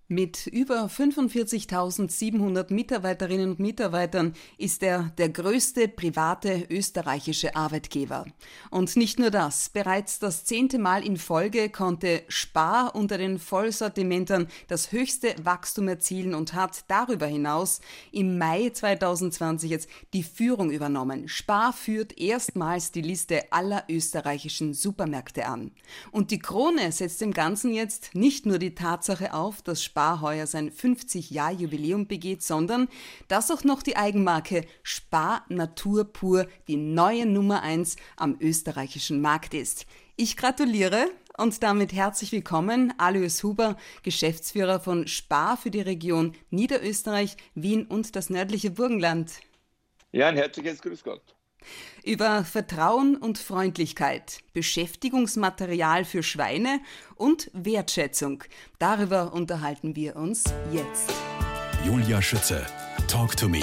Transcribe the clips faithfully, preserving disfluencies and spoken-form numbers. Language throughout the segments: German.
Mit über fünfundvierzigtausendsiebenhundert Mitarbeiterinnen und Mitarbeitern ist er der größte private österreichische Arbeitgeber. Und nicht nur das, bereits das zehnte Mal in Folge konnte Spar unter den Vollsortimentern das höchste Wachstum erzielen und hat darüber hinaus im Mai zweitausendzwanzig jetzt die Führung übernommen. Spar führt erstmals die Liste aller österreichischen Supermärkte an. Und die Krone setzt dem Ganzen jetzt nicht nur die Tatsache auf, dass Spar heuer sein fünfzig-Jahr-Jubiläum begeht, sondern dass auch noch die Eigenmarke Spar Natur pur die neue Nummer eins am österreichischen Markt ist. Ich gratuliere und damit herzlich willkommen, Alois Huber, Geschäftsführer von Spar für die Region Niederösterreich, Wien und das nördliche Burgenland. Ja, ein herzliches Grüß Gott. Über Vertrauen und Freundlichkeit, Beschäftigungsmaterial für Schweine und Wertschätzung. Darüber unterhalten wir uns jetzt. Julia Schütze. Talk to me.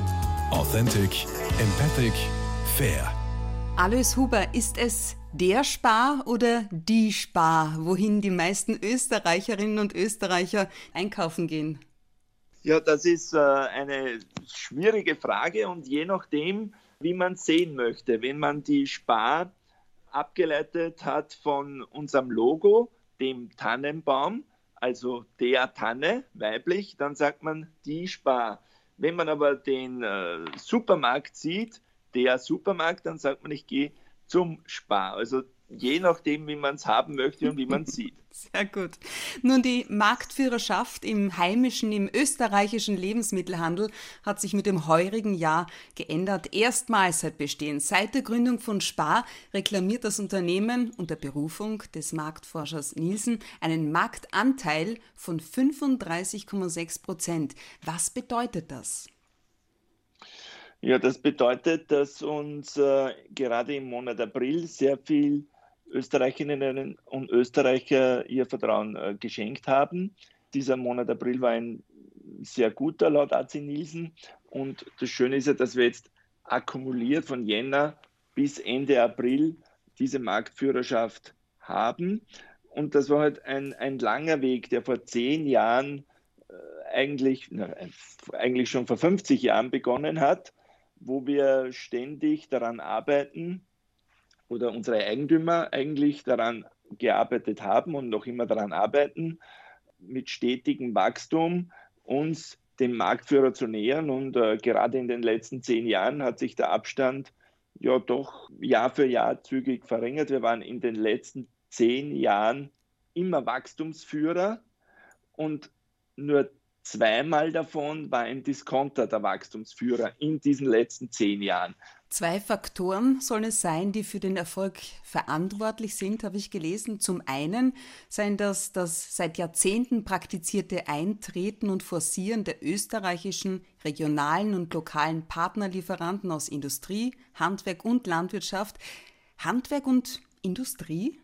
Authentic, empathic, fair. Alois Huber, ist es der Spar oder die Spar, wohin die meisten Österreicherinnen und Österreicher einkaufen gehen? Ja, das ist äh, eine schwierige Frage und je nachdem, wie man sehen möchte. Wenn man die Spar abgeleitet hat von unserem Logo, dem Tannenbaum, also der Tanne, weiblich, dann sagt man die Spar. Wenn man aber den äh, Supermarkt sieht, der Supermarkt, dann sagt man, ich gehe zum Spar. Also je nachdem, wie man es haben möchte und wie man es sieht. Sehr gut. Nun, die Marktführerschaft im heimischen, im österreichischen Lebensmittelhandel hat sich mit dem heurigen Jahr geändert. Erstmals seit Bestehen. Seit der Gründung von Spar reklamiert das Unternehmen unter Berufung des Marktforschers Nielsen einen Marktanteil von fünfunddreißig Komma sechs Prozent. Was bedeutet das? Ja, das bedeutet, dass uns äh, gerade im Monat April sehr viel Österreicherinnen und Österreicher ihr Vertrauen äh, geschenkt haben. Dieser Monat April war ein sehr guter laut A C Nielsen. Und das Schöne ist ja, dass wir jetzt akkumuliert von Jänner bis Ende April diese Marktführerschaft haben. Und das war halt ein, ein langer Weg, der vor zehn Jahren, äh, eigentlich, na, eigentlich schon vor fünfzig Jahren begonnen hat, wo wir ständig daran arbeiten oder unsere Eigentümer eigentlich daran gearbeitet haben und noch immer daran arbeiten, mit stetigem Wachstum uns dem Marktführer zu nähern. Und äh, gerade in den letzten zehn Jahren hat sich der Abstand ja doch Jahr für Jahr zügig verringert. Wir waren in den letzten zehn Jahren immer Wachstumsführer und nur zweimal davon war ein Discounter der Wachstumsführer in diesen letzten zehn Jahren. Zwei Faktoren sollen es sein, die für den Erfolg verantwortlich sind, habe ich gelesen. Zum einen seien das das seit Jahrzehnten praktizierte Eintreten und Forcieren der österreichischen regionalen und lokalen Partnerlieferanten aus Industrie, Handwerk und Landwirtschaft. Handwerk und Industrie?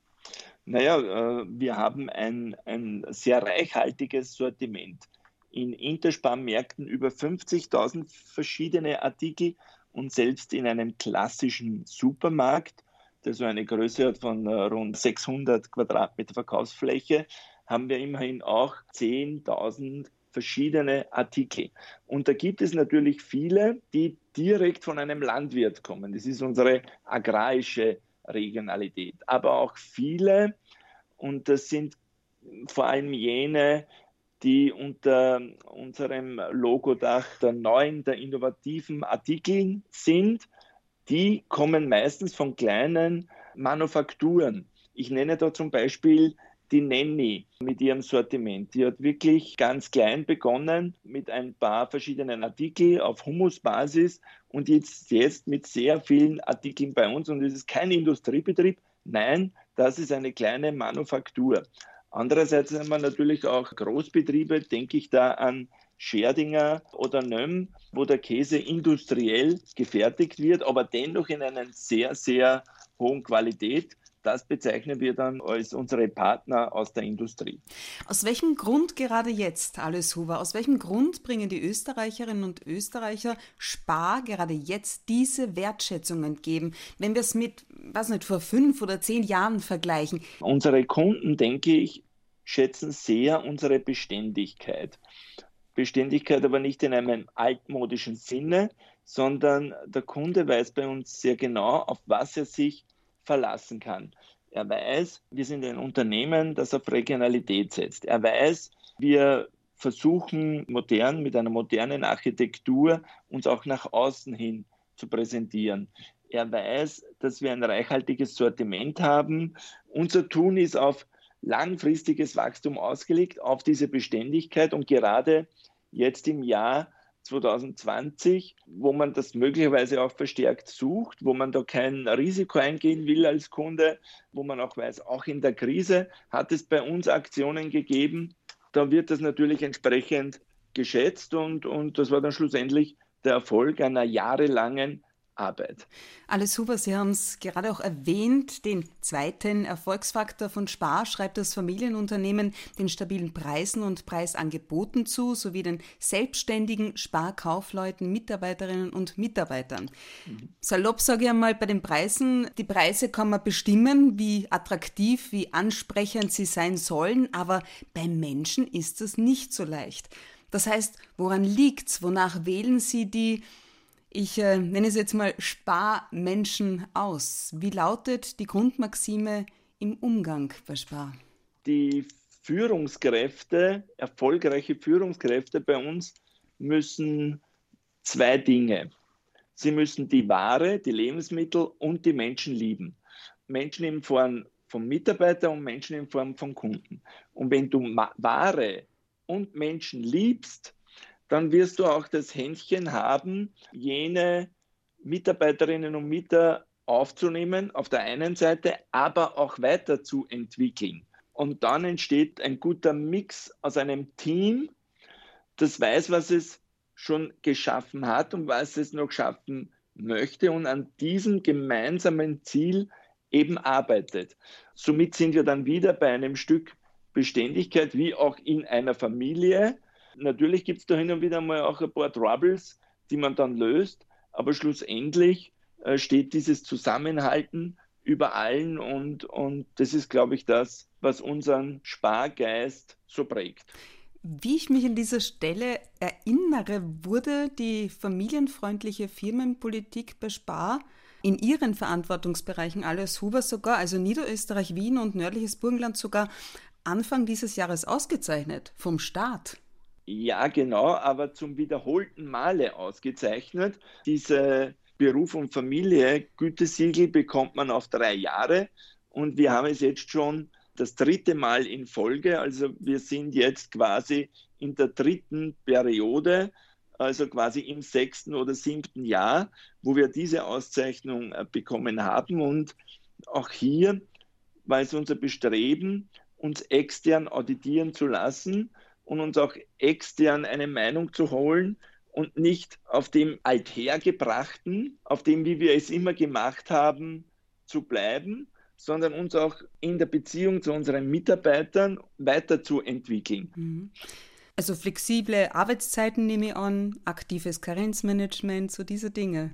Naja, wir haben ein, ein sehr reichhaltiges Sortiment. In Interspar-Märkten über fünfzigtausend verschiedene Artikel und selbst in einem klassischen Supermarkt, der so eine Größe hat von rund sechshundert Quadratmeter Verkaufsfläche, haben wir immerhin auch zehntausend verschiedene Artikel. Und da gibt es natürlich viele, die direkt von einem Landwirt kommen. Das ist unsere agrarische Regionalität. Aber auch viele, und das sind vor allem jene, die unter unserem Logodach der neuen, der innovativen Artikel sind, die kommen meistens von kleinen Manufakturen. Ich nenne da zum Beispiel die Nenni mit ihrem Sortiment. Die hat wirklich ganz klein begonnen mit ein paar verschiedenen Artikeln auf Humusbasis und jetzt, jetzt mit sehr vielen Artikeln bei uns. Und es ist kein Industriebetrieb, nein, das ist eine kleine Manufaktur. Andererseits haben wir natürlich auch Großbetriebe, denke ich da an Scherdinger oder Nömm, wo der Käse industriell gefertigt wird, aber dennoch in einer sehr, sehr hohen Qualität. Das bezeichnen wir dann als unsere Partner aus der Industrie. Aus welchem Grund gerade jetzt, Alois Huber, aus welchem Grund bringen die Österreicherinnen und Österreicher Spar gerade jetzt diese Wertschätzung entgegen, wenn wir es mit, was nicht, vor fünf oder zehn Jahren vergleichen? Unsere Kunden, denke ich, schätzen sehr unsere Beständigkeit. Beständigkeit aber nicht in einem altmodischen Sinne, sondern der Kunde weiß bei uns sehr genau, auf was er sich verlassen kann. Er weiß, wir sind ein Unternehmen, das auf Regionalität setzt. Er weiß, wir versuchen modern, mit einer modernen Architektur uns auch nach außen hin zu präsentieren. Er weiß, dass wir ein reichhaltiges Sortiment haben. Unser Tun ist auf langfristiges Wachstum ausgelegt, auf diese Beständigkeit, und gerade jetzt im Jahr zwanzig zwanzig, wo man das möglicherweise auch verstärkt sucht, wo man da kein Risiko eingehen will als Kunde, wo man auch weiß, auch in der Krise hat es bei uns Aktionen gegeben, da wird das natürlich entsprechend geschätzt und, und das war dann schlussendlich der Erfolg einer jahrelangen Arbeit. Alles super, Sie haben es gerade auch erwähnt, den zweiten Erfolgsfaktor von Spar schreibt das Familienunternehmen den stabilen Preisen und Preisangeboten zu, sowie den selbstständigen Sparkaufleuten, Mitarbeiterinnen und Mitarbeitern. Mhm. Salopp sage ich einmal, bei den Preisen, die Preise kann man bestimmen, wie attraktiv, wie ansprechend sie sein sollen, aber beim Menschen ist das nicht so leicht. Das heißt, woran liegt's? Wonach wählen Sie die Ich äh, nenne es jetzt mal Sparmenschen aus? Wie lautet die Grundmaxime im Umgang bei Spar? Die Führungskräfte, erfolgreiche Führungskräfte bei uns müssen zwei Dinge. Sie müssen die Ware, die Lebensmittel und die Menschen lieben. Menschen in Form von Mitarbeitern und Menschen in Form von Kunden. Und wenn du Ware und Menschen liebst, dann wirst du auch das Händchen haben, jene Mitarbeiterinnen und Mitarbeiter aufzunehmen, auf der einen Seite, aber auch weiterzuentwickeln. Und dann entsteht ein guter Mix aus einem Team, das weiß, was es schon geschaffen hat und was es noch schaffen möchte und an diesem gemeinsamen Ziel eben arbeitet. Somit sind wir dann wieder bei einem Stück Beständigkeit, wie auch in einer Familie. Natürlich gibt es da hin und wieder mal auch ein paar Troubles, die man dann löst, aber schlussendlich äh, steht dieses Zusammenhalten über allen und, und das ist, glaube ich, das, was unseren Spargeist so prägt. Wie ich mich an dieser Stelle erinnere, wurde die familienfreundliche Firmenpolitik bei Spar in ihren Verantwortungsbereichen Alois Huber sogar, also Niederösterreich, Wien und nördliches Burgenland sogar Anfang dieses Jahres ausgezeichnet vom Staat. Ja, genau, aber zum wiederholten Male ausgezeichnet. Diese Beruf und Familie Gütesiegel bekommt man auf drei Jahre und wir haben es jetzt schon das dritte Mal in Folge. Also wir sind jetzt quasi in der dritten Periode, also quasi im sechsten oder siebten Jahr, wo wir diese Auszeichnung bekommen haben. Und auch hier war es unser Bestreben, uns extern auditieren zu lassen und uns auch extern eine Meinung zu holen und nicht auf dem Althergebrachten, auf dem, wie wir es immer gemacht haben, zu bleiben, sondern uns auch in der Beziehung zu unseren Mitarbeitern weiterzuentwickeln. Also flexible Arbeitszeiten nehme ich an, aktives Karenzmanagement, so diese Dinge.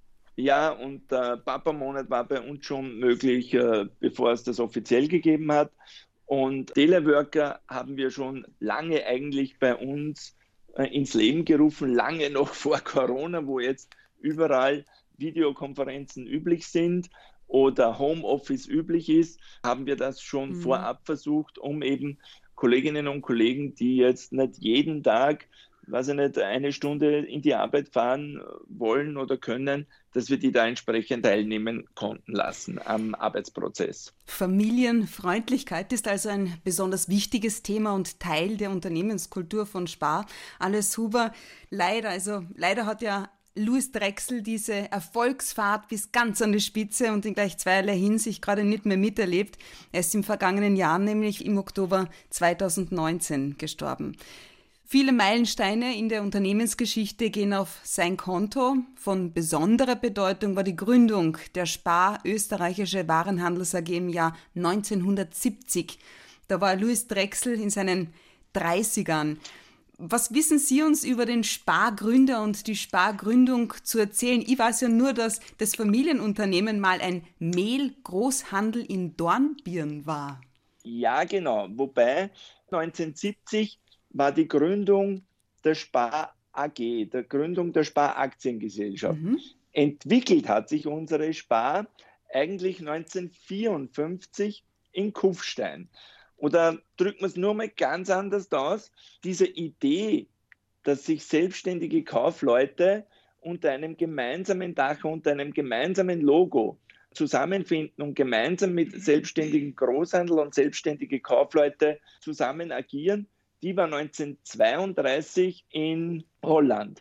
Ja, und der Papa-Monat war bei uns schon möglich, bevor es das offiziell gegeben hat. Und Teleworker haben wir schon lange eigentlich bei uns äh, ins Leben gerufen, lange noch vor Corona, wo jetzt überall Videokonferenzen üblich sind oder Homeoffice üblich ist, haben wir das schon mhm. vorab versucht, um eben Kolleginnen und Kollegen, die jetzt nicht jeden Tag, weiß ich nicht, eine Stunde in die Arbeit fahren wollen oder können, dass wir die da entsprechend teilnehmen konnten lassen am Arbeitsprozess. Familienfreundlichkeit ist also ein besonders wichtiges Thema und Teil der Unternehmenskultur von Spar. Alois Huber, leider, also leider hat ja Louis Drechsel diese Erfolgsfahrt bis ganz an die Spitze und in gleich zweierlei Hinsicht gerade nicht mehr miterlebt. Er ist im vergangenen Jahr, nämlich im Oktober zweitausendneunzehn, gestorben. Viele Meilensteine in der Unternehmensgeschichte gehen auf sein Konto. Von besonderer Bedeutung war die Gründung der Spar Österreichische Warenhandels A G im Jahr neunzehnhundertsiebzig. Da war Louis Drechsel in seinen dreißigern. Was wissen Sie uns über den Spar-Gründer und die Spar-Gründung zu erzählen? Ich weiß ja nur, dass das Familienunternehmen mal ein Mehlgroßhandel in Dornbirn war. Ja, genau. Wobei neunzehnhundertsiebzig war die Gründung der Spar A G, der Gründung der Sparaktiengesellschaft. Mhm. Entwickelt hat sich unsere Spar eigentlich neunzehnhundertvierundfünfzig in Kufstein. Oder drücken wir es nur mal ganz anders aus, diese Idee, dass sich selbstständige Kaufleute unter einem gemeinsamen Dach, unter einem gemeinsamen Logo zusammenfinden und gemeinsam mit selbstständigen Großhandel und selbstständige Kaufleute zusammen agieren, die war neunzehnhundertzweiunddreißig in Holland.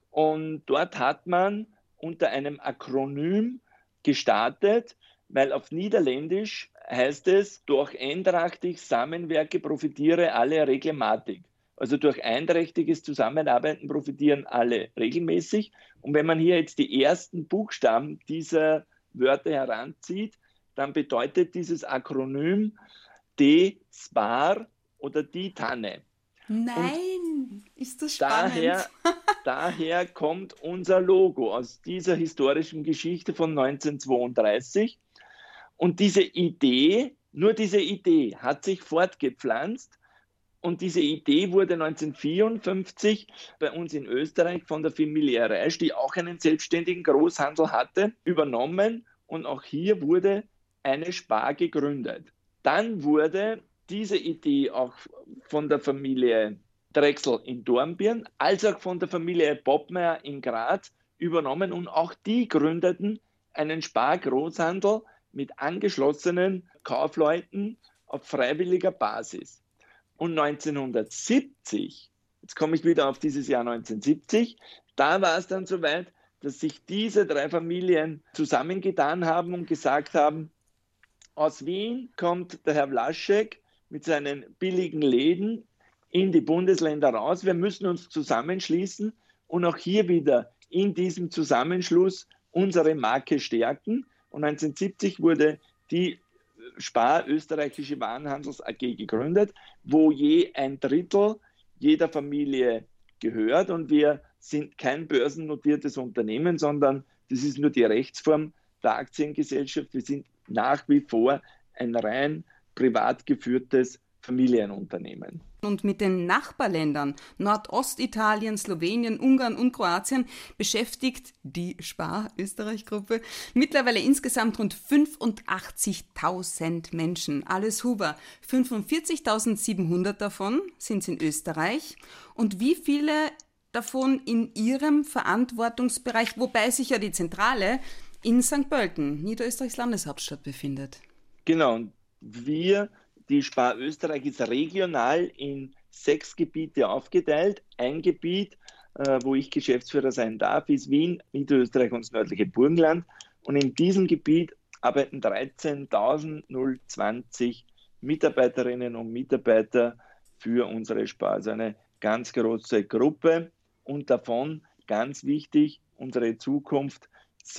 Und dort hat man unter einem Akronym gestartet, weil auf Niederländisch heißt es, durch eindrachtig Samenwerke profitiere alle regelmatig. Also durch einträchtiges Zusammenarbeiten profitieren alle regelmäßig. Und wenn man hier jetzt die ersten Buchstaben dieser Wörter heranzieht, dann bedeutet dieses Akronym die Spar oder die Tanne. Nein, und ist das spannend. Daher, daher kommt unser Logo aus dieser historischen Geschichte von neunzehnhundertzweiunddreißig. Und diese Idee, nur diese Idee hat sich fortgepflanzt. Und diese Idee wurde neunzehnhundertvierundfünfzig bei uns in Österreich von der Familie Reisch, die auch einen selbstständigen Großhandel hatte, übernommen. Und auch hier wurde eine Spar gegründet. Dann wurde diese Idee auch von der Familie Drechsel in Dornbirn, als auch von der Familie Boppmeier in Graz übernommen. Und auch die gründeten einen Spar-Großhandel mit angeschlossenen Kaufleuten auf freiwilliger Basis. Und neunzehnhundertsiebzig, jetzt komme ich wieder auf dieses Jahr neunzehnhundertsiebzig, da war es dann soweit, dass sich diese drei Familien zusammengetan haben und gesagt haben, aus Wien kommt der Herr Vlaschek mit seinen billigen Läden in die Bundesländer raus. Wir müssen uns zusammenschließen und auch hier wieder in diesem Zusammenschluss unsere Marke stärken. Und neunzehnhundertsiebzig wurde die Spar Österreichische Warenhandels A G gegründet, wo je ein Drittel jeder Familie gehört. Und wir sind kein börsennotiertes Unternehmen, sondern das ist nur die Rechtsform der Aktiengesellschaft. Wir sind nach wie vor ein rein privat geführtes Familienunternehmen. Und mit den Nachbarländern Nordostitalien, Slowenien, Ungarn und Kroatien beschäftigt die Spar Österreich-Gruppe mittlerweile insgesamt rund fünfundachtzigtausend Menschen. Alles Huber, fünfundvierzigtausendsiebenhundert davon sind in Österreich. Und wie viele davon in ihrem Verantwortungsbereich, wobei sich ja die Zentrale in Sankt Pölten, Niederösterreichs Landeshauptstadt, befindet? Genau, wir Die Spar Österreich ist regional in sechs Gebiete aufgeteilt. Ein Gebiet, äh, wo ich Geschäftsführer sein darf, ist Wien, Niederösterreich und das nördliche Burgenland. Und in diesem Gebiet arbeiten dreizehntausendzwanzig Mitarbeiterinnen und Mitarbeiter für unsere Spar. Also eine ganz große Gruppe und davon, ganz wichtig, unsere Zukunft,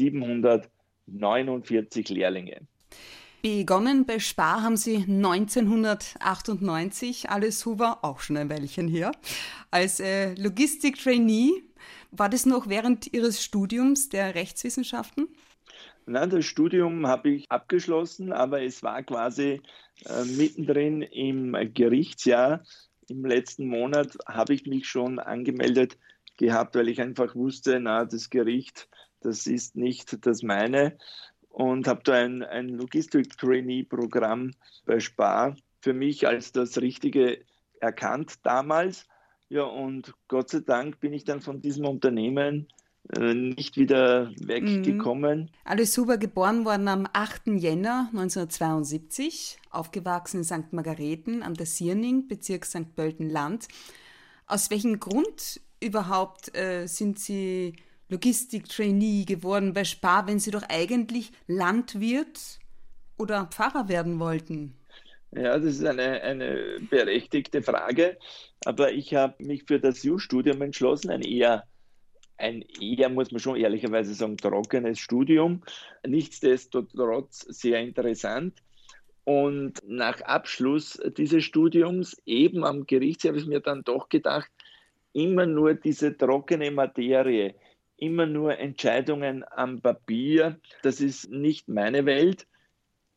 siebenhundertneunundvierzig Lehrlinge. Begonnen bei Spar haben Sie neunzehnhundertachtundneunzig, alles Huber, auch schon ein Weilchen her, als äh, Logistik-Trainee. War das noch während Ihres Studiums der Rechtswissenschaften? Nein, das Studium habe ich abgeschlossen, aber es war quasi äh, mittendrin im Gerichtsjahr. Im letzten Monat habe ich mich schon angemeldet gehabt, weil ich einfach wusste, na, das Gericht, das ist nicht das meine. Und habe da ein, ein Logistik-Trainee-Programm bei Spar für mich als das Richtige erkannt damals. Ja, und Gott sei Dank bin ich dann von diesem Unternehmen äh, nicht wieder weggekommen. Mhm. Alles Huber, geboren worden am achten Jänner neunzehnhundertzweiundsiebzig, aufgewachsen in Sankt Margareten am der Sierning, Bezirk Sankt Pölten-Land. Aus welchem Grund überhaupt äh, sind Sie Logistik-Trainee geworden bei Spar, wenn Sie doch eigentlich Landwirt oder Pfarrer werden wollten? Ja, das ist eine, eine berechtigte Frage, aber ich habe mich für das Jus-Studium entschlossen, ein eher, ein eher, muss man schon ehrlicherweise sagen, trockenes Studium, nichtsdestotrotz sehr interessant. Und nach Abschluss dieses Studiums, eben am Gericht, habe ich mir dann doch gedacht, immer nur diese trockene Materie, immer nur Entscheidungen am Papier, das ist nicht meine Welt.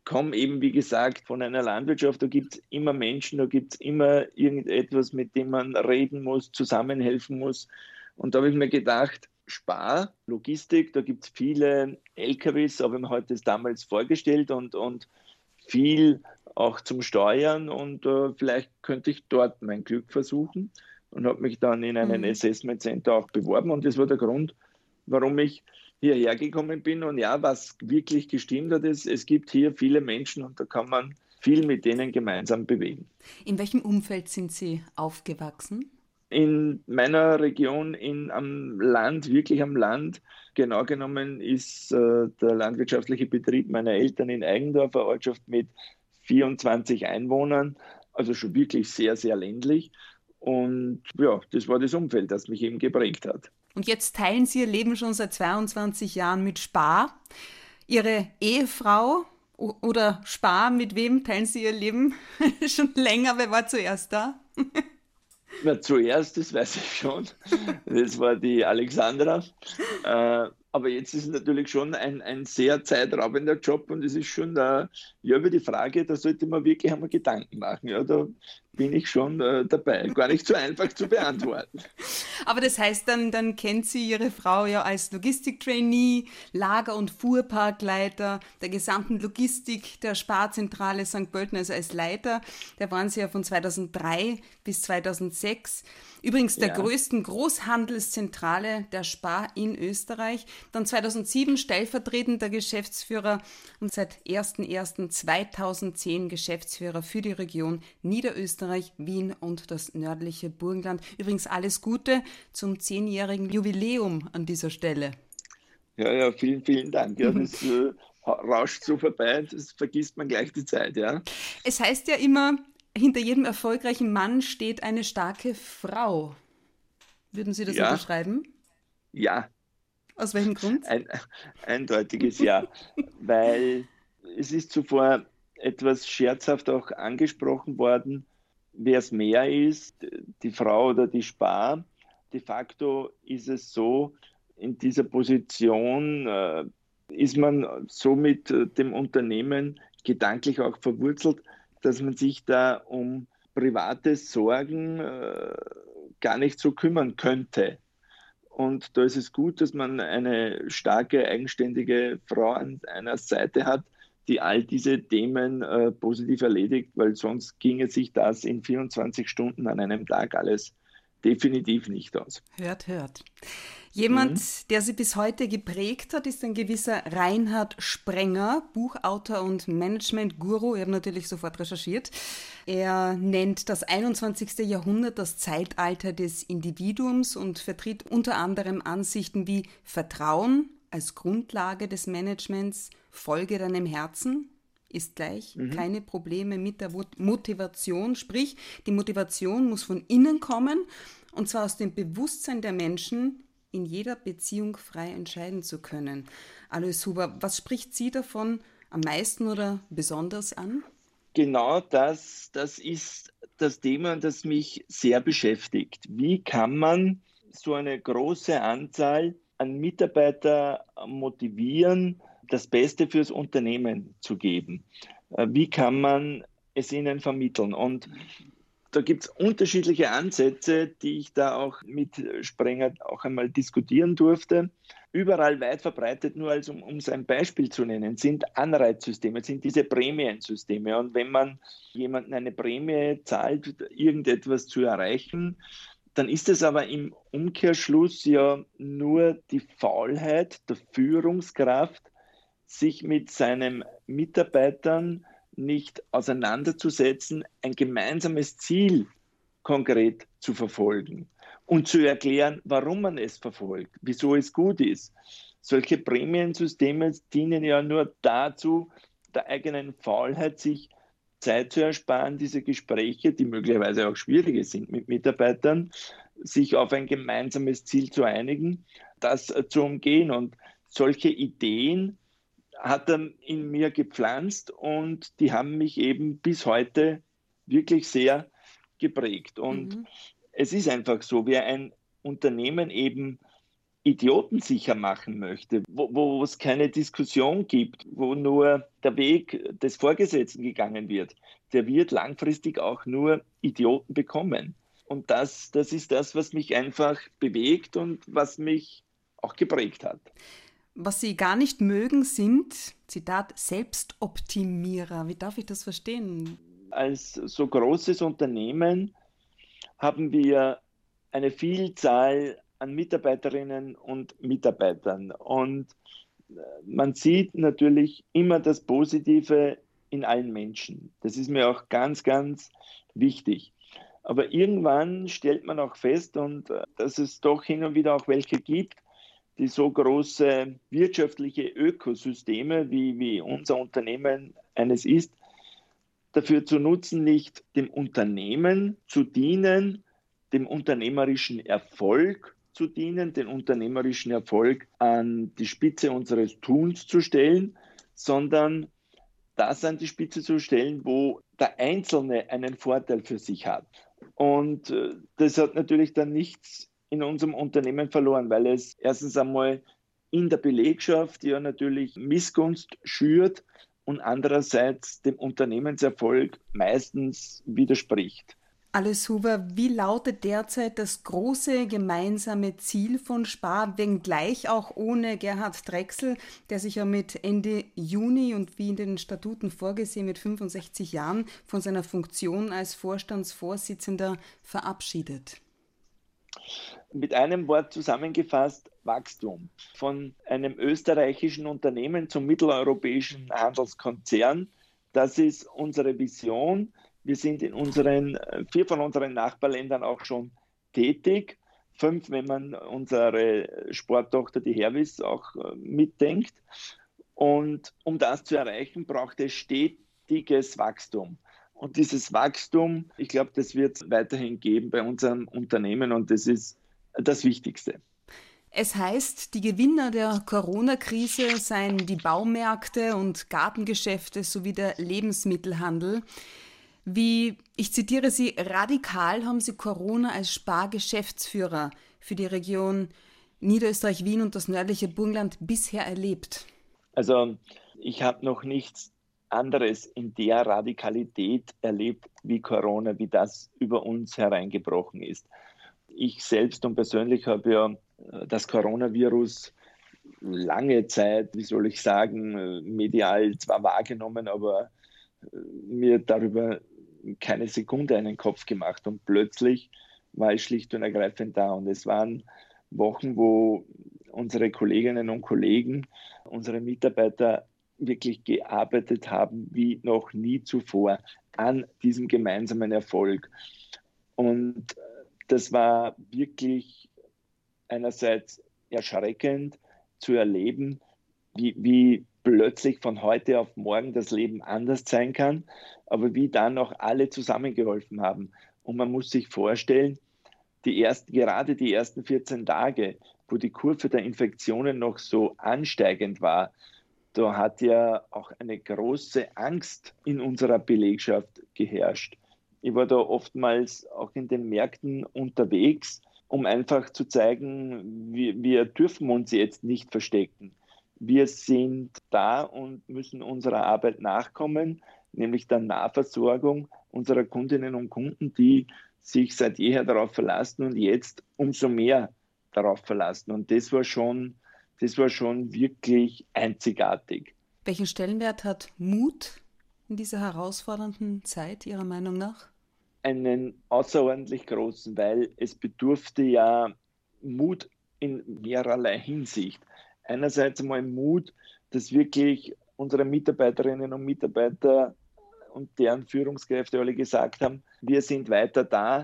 komme eben, wie gesagt, von einer Landwirtschaft, da gibt es immer Menschen, da gibt es immer irgendetwas, mit dem man reden muss, zusammenhelfen muss. Und da habe ich mir gedacht, Spar, Logistik, da gibt es viele L K Ws, habe ich mir heute das damals vorgestellt und, und viel auch zum Steuern und äh, vielleicht könnte ich dort mein Glück versuchen und habe mich dann in einem mhm. Assessment Center auch beworben und das war der Grund, warum ich hierher gekommen bin. Und ja, was wirklich gestimmt hat, ist, es gibt hier viele Menschen und da kann man viel mit denen gemeinsam bewegen. In welchem Umfeld sind Sie aufgewachsen? In meiner Region, in, am Land, wirklich am Land. Genau genommen ist äh, der landwirtschaftliche Betrieb meiner Eltern in Eigendorf, eine Ortschaft mit vierundzwanzig Einwohnern, also schon wirklich sehr, sehr ländlich. Und ja, das war das Umfeld, das mich eben geprägt hat. Und jetzt teilen Sie Ihr Leben schon seit zweiundzwanzig Jahren mit Spar. Ihre Ehefrau oder Spar, mit wem teilen Sie Ihr Leben schon länger? Wer war zuerst da? Na, zuerst, das weiß ich schon, das war die Alexandra. Äh, aber jetzt ist es natürlich schon ein, ein sehr zeitraubender Job und es ist schon da, ja, über die Frage, da sollte man wirklich einmal Gedanken machen. Ja, da bin ich schon äh, dabei. Gar nicht so einfach zu beantworten. Aber das heißt, dann, dann kennt sie Ihre Frau ja als Logistik-Trainee, Lager- und Fuhrparkleiter der gesamten Logistik der Sparzentrale Sankt Pölten, also als Leiter. Da waren Sie ja von zweitausenddrei bis zweitausendsechs. Übrigens der ja. größten Großhandelszentrale der Spar in Österreich. Dann zweitausendsieben stellvertretender Geschäftsführer und seit erster erster zweitausendzehn Geschäftsführer für die Region Niederösterreich, Wien und das nördliche Burgenland. Übrigens alles Gute zum zehnjährigen Jubiläum an dieser Stelle. Ja, ja, vielen, vielen Dank. Ja, das äh, rauscht so vorbei, das vergisst man gleich die Zeit. Ja. Es heißt ja immer, hinter jedem erfolgreichen Mann steht eine starke Frau. Würden Sie das ja. unterschreiben? Ja. Aus welchem Grund? Ein eindeutiges Ja, weil es ist zuvor etwas scherzhaft auch angesprochen worden, wer es mehr ist, die Frau oder die Spar. De facto ist es so, in dieser Position äh, ist man so mit äh, dem Unternehmen gedanklich auch verwurzelt, dass man sich da um private Sorgen äh, gar nicht so kümmern könnte. Und da ist es gut, dass man eine starke, eigenständige Frau an einer Seite hat, die all diese Themen äh, positiv erledigt, weil sonst ginge sich das in vierundzwanzig Stunden an einem Tag alles definitiv nicht aus. Hört, hört. Jemand, mhm. der sie bis heute geprägt hat, ist ein gewisser Reinhard Sprenger, Buchautor und Management-Guru. Ich habe natürlich sofort recherchiert. Er nennt das einundzwanzigste Jahrhundert das Zeitalter des Individuums und vertritt unter anderem Ansichten wie Vertrauen als Grundlage des Managements, Folge deinem Herzen, ist gleich mhm. keine Probleme mit der Motivation. Sprich, die Motivation muss von innen kommen und zwar aus dem Bewusstsein der Menschen, in jeder Beziehung frei entscheiden zu können. Alois Huber, was spricht Sie davon am meisten oder besonders an? Genau das, das ist das Thema, das mich sehr beschäftigt. Wie kann man so eine große Anzahl an Mitarbeitern motivieren, das Beste fürs Unternehmen zu geben? Wie kann man es ihnen vermitteln? Und da gibt es unterschiedliche Ansätze, die ich da auch mit Sprenger auch einmal diskutieren durfte. Überall weit verbreitet, nur als um, um es ein Beispiel zu nennen, sind Anreizsysteme, sind diese Prämiensysteme. Und wenn man jemandem eine Prämie zahlt, irgendetwas zu erreichen, dann ist es aber im Umkehrschluss ja nur die Faulheit der Führungskraft, sich mit seinen Mitarbeitern nicht auseinanderzusetzen, ein gemeinsames Ziel konkret zu verfolgen und zu erklären, warum man es verfolgt, wieso es gut ist. Solche Prämiensysteme dienen ja nur dazu, der eigenen Faulheit sich Zeit zu ersparen, diese Gespräche, die möglicherweise auch schwierige sind mit Mitarbeitern, sich auf ein gemeinsames Ziel zu einigen, das zu umgehen. Und solche Ideen hat er in mir gepflanzt und die haben mich eben bis heute wirklich sehr geprägt. Und mhm. es ist einfach so, wer ein Unternehmen eben idiotensicher machen möchte, wo, wo es keine Diskussion gibt, wo nur der Weg des Vorgesetzten gegangen wird, der wird langfristig auch nur Idioten bekommen. Und das, das ist das, was mich einfach bewegt und was mich auch geprägt hat. Was Sie gar nicht mögen, sind, Zitat, Selbstoptimierer. Wie darf ich das verstehen? Als so großes Unternehmen haben wir eine Vielzahl an Mitarbeiterinnen und Mitarbeitern. Und man sieht natürlich immer das Positive in allen Menschen. Das ist mir auch ganz, ganz wichtig. Aber irgendwann stellt man auch fest, und dass es doch hin und wieder auch welche gibt, die so große wirtschaftliche Ökosysteme, wie, wie unser Unternehmen eines ist, dafür zu nutzen, nicht dem Unternehmen zu dienen, dem unternehmerischen Erfolg zu dienen, den unternehmerischen Erfolg an die Spitze unseres Tuns zu stellen, sondern das an die Spitze zu stellen, wo der Einzelne einen Vorteil für sich hat. Und äh, das hat natürlich dann nichts in unserem Unternehmen verloren, weil es erstens einmal in der Belegschaft ja natürlich Missgunst schürt und andererseits dem Unternehmenserfolg meistens widerspricht. Alice Huber, wie lautet derzeit das große gemeinsame Ziel von Spar, wenngleich auch ohne Gerhard Drechsel, der sich ja mit Ende Juni und wie in den Statuten vorgesehen mit fünfundsechzig Jahren von seiner Funktion als Vorstandsvorsitzender verabschiedet? Mit einem Wort zusammengefasst, Wachstum. Von einem österreichischen Unternehmen zum mitteleuropäischen Handelskonzern, das ist unsere Vision. Wir sind in unseren, vier von unseren Nachbarländern auch schon tätig. Fünf, wenn man unsere Sporttochter, die Hervis, auch mitdenkt. Und um das zu erreichen, braucht es stetiges Wachstum. Und dieses Wachstum, ich glaube, das wird es weiterhin geben bei unserem Unternehmen und das ist das Wichtigste. Es heißt, die Gewinner der Corona-Krise seien die Baumärkte und Gartengeschäfte sowie der Lebensmittelhandel. Wie, ich zitiere Sie, radikal haben Sie Corona als Spar-Geschäftsführer für die Region Niederösterreich-Wien und das nördliche Burgenland bisher erlebt? Also ich habe noch nichts anderes in der Radikalität erlebt wie Corona, wie das über uns hereingebrochen ist. Ich selbst und persönlich habe ja das Coronavirus lange Zeit, wie soll ich sagen, medial zwar wahrgenommen, aber mir darüber keine Sekunde einen Kopf gemacht. Und plötzlich war ich schlicht und ergreifend da. Und es waren Wochen, wo unsere Kolleginnen und Kollegen, unsere Mitarbeiter wirklich gearbeitet haben wie noch nie zuvor an diesem gemeinsamen Erfolg. Und das war wirklich einerseits erschreckend zu erleben, wie, wie plötzlich von heute auf morgen das Leben anders sein kann, aber wie dann auch alle zusammengeholfen haben. Und man muss sich vorstellen, die ersten, gerade die ersten vierzehn Tage, wo die Kurve der Infektionen noch so ansteigend war, da hat ja auch eine große Angst in unserer Belegschaft geherrscht. Ich war da oftmals auch in den Märkten unterwegs, um einfach zu zeigen, wir, wir dürfen uns jetzt nicht verstecken. Wir sind da und müssen unserer Arbeit nachkommen, nämlich der Nahversorgung unserer Kundinnen und Kunden, die sich seit jeher darauf verlassen und jetzt umso mehr darauf verlassen. Und das war schon, das war schon wirklich einzigartig. Welchen Stellenwert hat Mut in dieser herausfordernden Zeit Ihrer Meinung nach? Einen außerordentlich großen, weil es bedurfte ja Mut in mehrerlei Hinsicht. Einerseits einmal Mut, dass wirklich unsere Mitarbeiterinnen und Mitarbeiter und deren Führungskräfte alle gesagt haben, wir sind weiter da,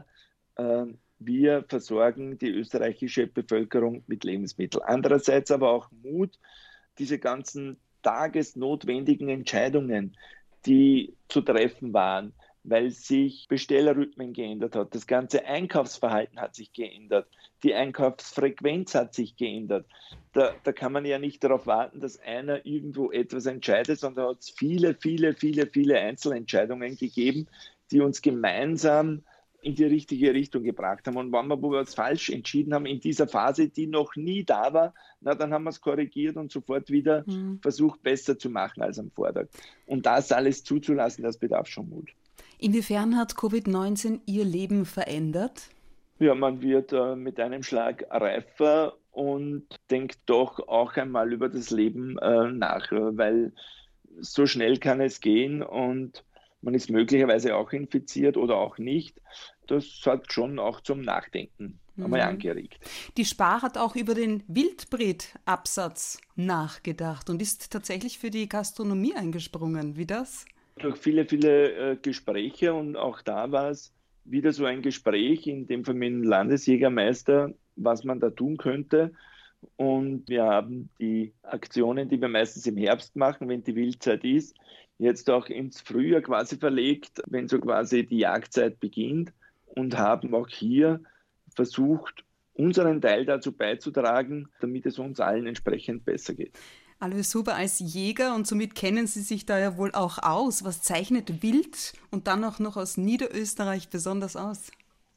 wir versorgen die österreichische Bevölkerung mit Lebensmitteln. Andererseits aber auch Mut, diese ganzen tagesnotwendigen Entscheidungen, die zu treffen waren, weil sich Bestellrhythmen geändert hat. Das ganze Einkaufsverhalten hat sich geändert. Die Einkaufsfrequenz hat sich geändert. Da, da kann man ja nicht darauf warten, dass einer irgendwo etwas entscheidet, sondern hat es viele, viele, viele, viele Einzelentscheidungen gegeben, die uns gemeinsam in die richtige Richtung gebracht haben. Und wenn wir wo wir was falsch entschieden haben in dieser Phase, die noch nie da war, na, dann haben wir es korrigiert und sofort wieder mhm. versucht, besser zu machen als am Vortag. Und das alles zuzulassen, das bedarf schon Mut. Inwiefern hat Covid neunzehn Ihr Leben verändert? Ja, man wird äh, mit einem Schlag reifer und denkt doch auch einmal über das Leben äh, nach, weil so schnell kann es gehen und man ist möglicherweise auch infiziert oder auch nicht. Das hat schon auch zum Nachdenken mhm. einmal angeregt. Die Spar hat auch über den Wildbretabsatz nachgedacht und ist tatsächlich für die Gastronomie eingesprungen. Wie das? Durch viele, viele äh, Gespräche, und auch da war es wieder so ein Gespräch, in dem Fall mit dem Landesjägermeister, was man da tun könnte. Und wir haben die Aktionen, die wir meistens im Herbst machen, wenn die Wildzeit ist, jetzt auch ins Frühjahr quasi verlegt, wenn so quasi die Jagdzeit beginnt, und haben auch hier versucht, unseren Teil dazu beizutragen, damit es uns allen entsprechend besser geht. Alois Huber als Jäger, und somit kennen Sie sich da ja wohl auch aus. Was zeichnet Wild und dann auch noch aus Niederösterreich besonders aus?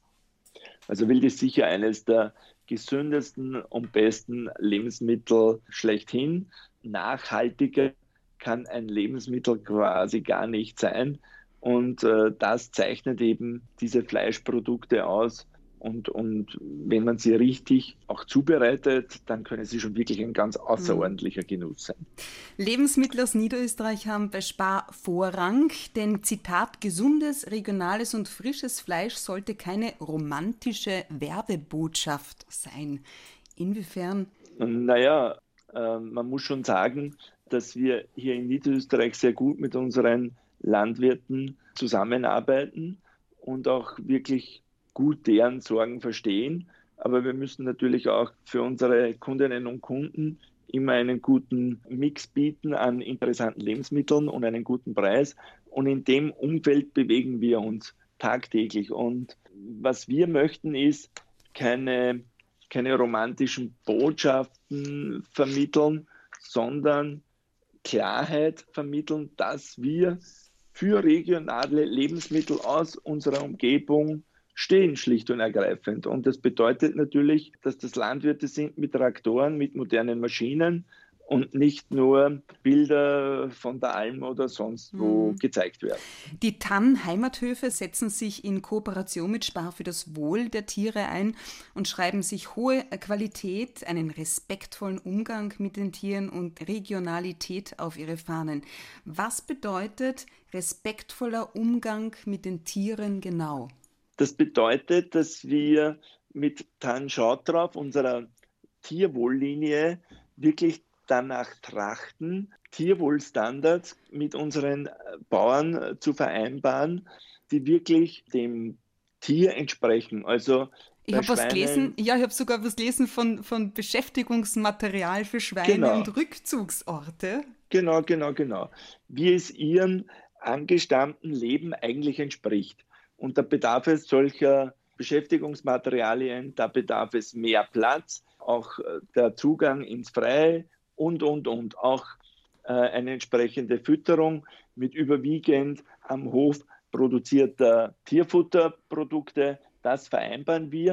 Also Wild ist sicher eines der gesündesten und besten Lebensmittel schlechthin. Nachhaltiger kann ein Lebensmittel quasi gar nicht sein. Und äh, das zeichnet eben diese Fleischprodukte aus. Und, und wenn man sie richtig auch zubereitet, dann können sie schon wirklich ein ganz außerordentlicher Genuss sein. Lebensmittel aus Niederösterreich haben bei Spar Vorrang, denn Zitat, gesundes, regionales und frisches Fleisch sollte keine romantische Werbebotschaft sein. Inwiefern? Naja, äh, man muss schon sagen, dass wir hier in Niederösterreich sehr gut mit unseren Landwirten zusammenarbeiten und auch wirklich gut deren Sorgen verstehen. Aber wir müssen natürlich auch für unsere Kundinnen und Kunden immer einen guten Mix bieten an interessanten Lebensmitteln und einen guten Preis. Und in dem Umfeld bewegen wir uns tagtäglich. Und was wir möchten, ist keine, keine romantischen Botschaften vermitteln, sondern Klarheit vermitteln, dass wir für regionale Lebensmittel aus unserer Umgebung stehen, schlicht und ergreifend. Und das bedeutet natürlich, dass das Landwirte sind mit Traktoren, mit modernen Maschinen und nicht nur Bilder von der Alm oder sonst wo mhm. gezeigt werden. Die Tann-Heimathöfe setzen sich in Kooperation mit Spar für das Wohl der Tiere ein und schreiben sich hohe Qualität, einen respektvollen Umgang mit den Tieren und Regionalität auf ihre Fahnen. Was bedeutet respektvoller Umgang mit den Tieren genau? Das bedeutet, dass wir mit Tann schaut drauf, unserer Tierwohllinie, wirklich danach trachten, Tierwohlstandards mit unseren Bauern zu vereinbaren, die wirklich dem Tier entsprechen. Also ich habe was gelesen, ja, ich habe sogar was gelesen von, von Beschäftigungsmaterial für Schweine genau. und Rückzugsorte. Genau, genau, genau. Wie es ihrem angestammten Leben eigentlich entspricht. Und da bedarf es solcher Beschäftigungsmaterialien, da bedarf es mehr Platz, auch der Zugang ins Freie und, und, und. Auch äh, eine entsprechende Fütterung mit überwiegend am Hof produzierter Tierfutterprodukte. Das vereinbaren wir,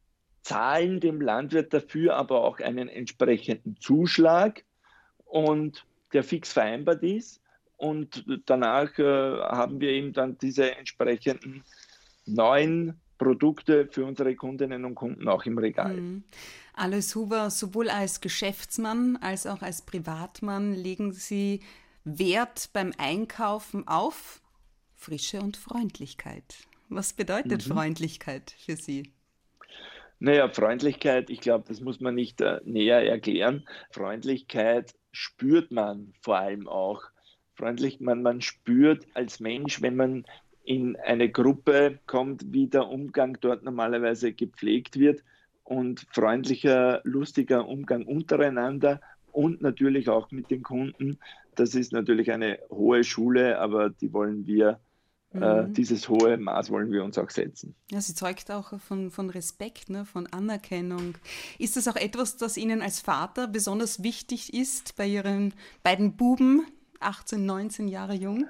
zahlen dem Landwirt dafür aber auch einen entsprechenden Zuschlag, und der fix vereinbart ist. Und danach äh, haben wir eben dann diese entsprechenden neuen Produkte für unsere Kundinnen und Kunden auch im Regal. Mhm. Alois Huber, sowohl als Geschäftsmann als auch als Privatmann legen Sie Wert beim Einkaufen auf Frische und Freundlichkeit. Was bedeutet mhm. Freundlichkeit für Sie? Naja, Freundlichkeit, ich glaube, das muss man nicht äh, näher erklären. Freundlichkeit spürt man vor allem auch. Freundlich, man, man spürt als Mensch, wenn man in eine Gruppe kommt, wie der Umgang dort normalerweise gepflegt wird, und freundlicher, lustiger Umgang untereinander und natürlich auch mit den Kunden. Das ist natürlich eine hohe Schule, aber die wollen wir, mhm. äh, dieses hohe Maß wollen wir uns auch setzen. Ja, sie zeugt auch von, von Respekt, ne, von Anerkennung. Ist das auch etwas, das Ihnen als Vater besonders wichtig ist bei Ihren beiden Buben, achtzehn, neunzehn Jahre jung?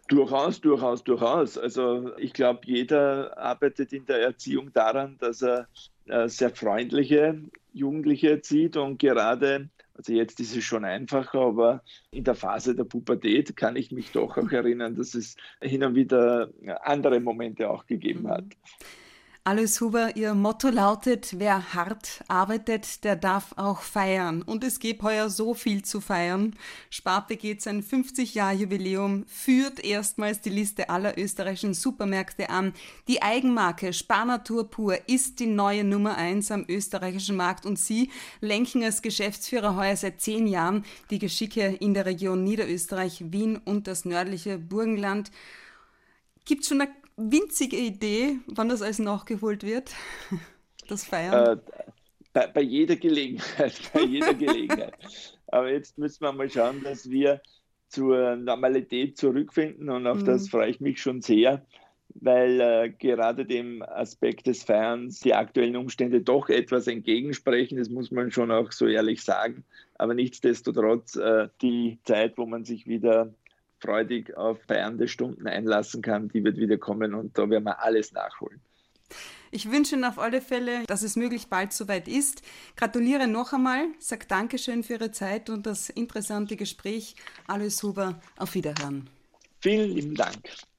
Durchaus, durchaus, durchaus. Also ich glaube, jeder arbeitet in der Erziehung daran, dass er äh, sehr freundliche Jugendliche erzieht und gerade, also jetzt ist es schon einfacher, aber in der Phase der Pubertät kann ich mich doch auch erinnern, dass es hin und wieder andere Momente auch gegeben hat. Alois Huber, Ihr Motto lautet, wer hart arbeitet, der darf auch feiern. Und es gibt heuer so viel zu feiern. Spar begeht sein fünfzig-Jahr-Jubiläum, führt erstmals die Liste aller österreichischen Supermärkte an. Die Eigenmarke Spar Natur pur ist die neue Nummer eins am österreichischen Markt und Sie lenken als Geschäftsführer heuer seit zehn Jahren die Geschicke in der Region Niederösterreich, Wien und das nördliche Burgenland. Gibt es schon eine winzige Idee, wann das alles nachgeholt wird, das Feiern? Äh, bei, bei jeder Gelegenheit, bei jeder Gelegenheit. Aber jetzt müssen wir mal schauen, dass wir zur Normalität zurückfinden und auf mhm. das freue ich mich schon sehr, weil äh, gerade dem Aspekt des Feierns die aktuellen Umstände doch etwas entgegensprechen, das muss man schon auch so ehrlich sagen, aber nichtsdestotrotz äh, die Zeit, wo man sich wieder freudig auf feiernde Stunden einlassen kann, die wird wieder kommen und da werden wir alles nachholen. Ich wünsche Ihnen auf alle Fälle, dass es möglichst bald soweit ist. Gratuliere noch einmal, sage Dankeschön für Ihre Zeit und das interessante Gespräch. Alois Huber, auf Wiederhören. Vielen lieben Dank.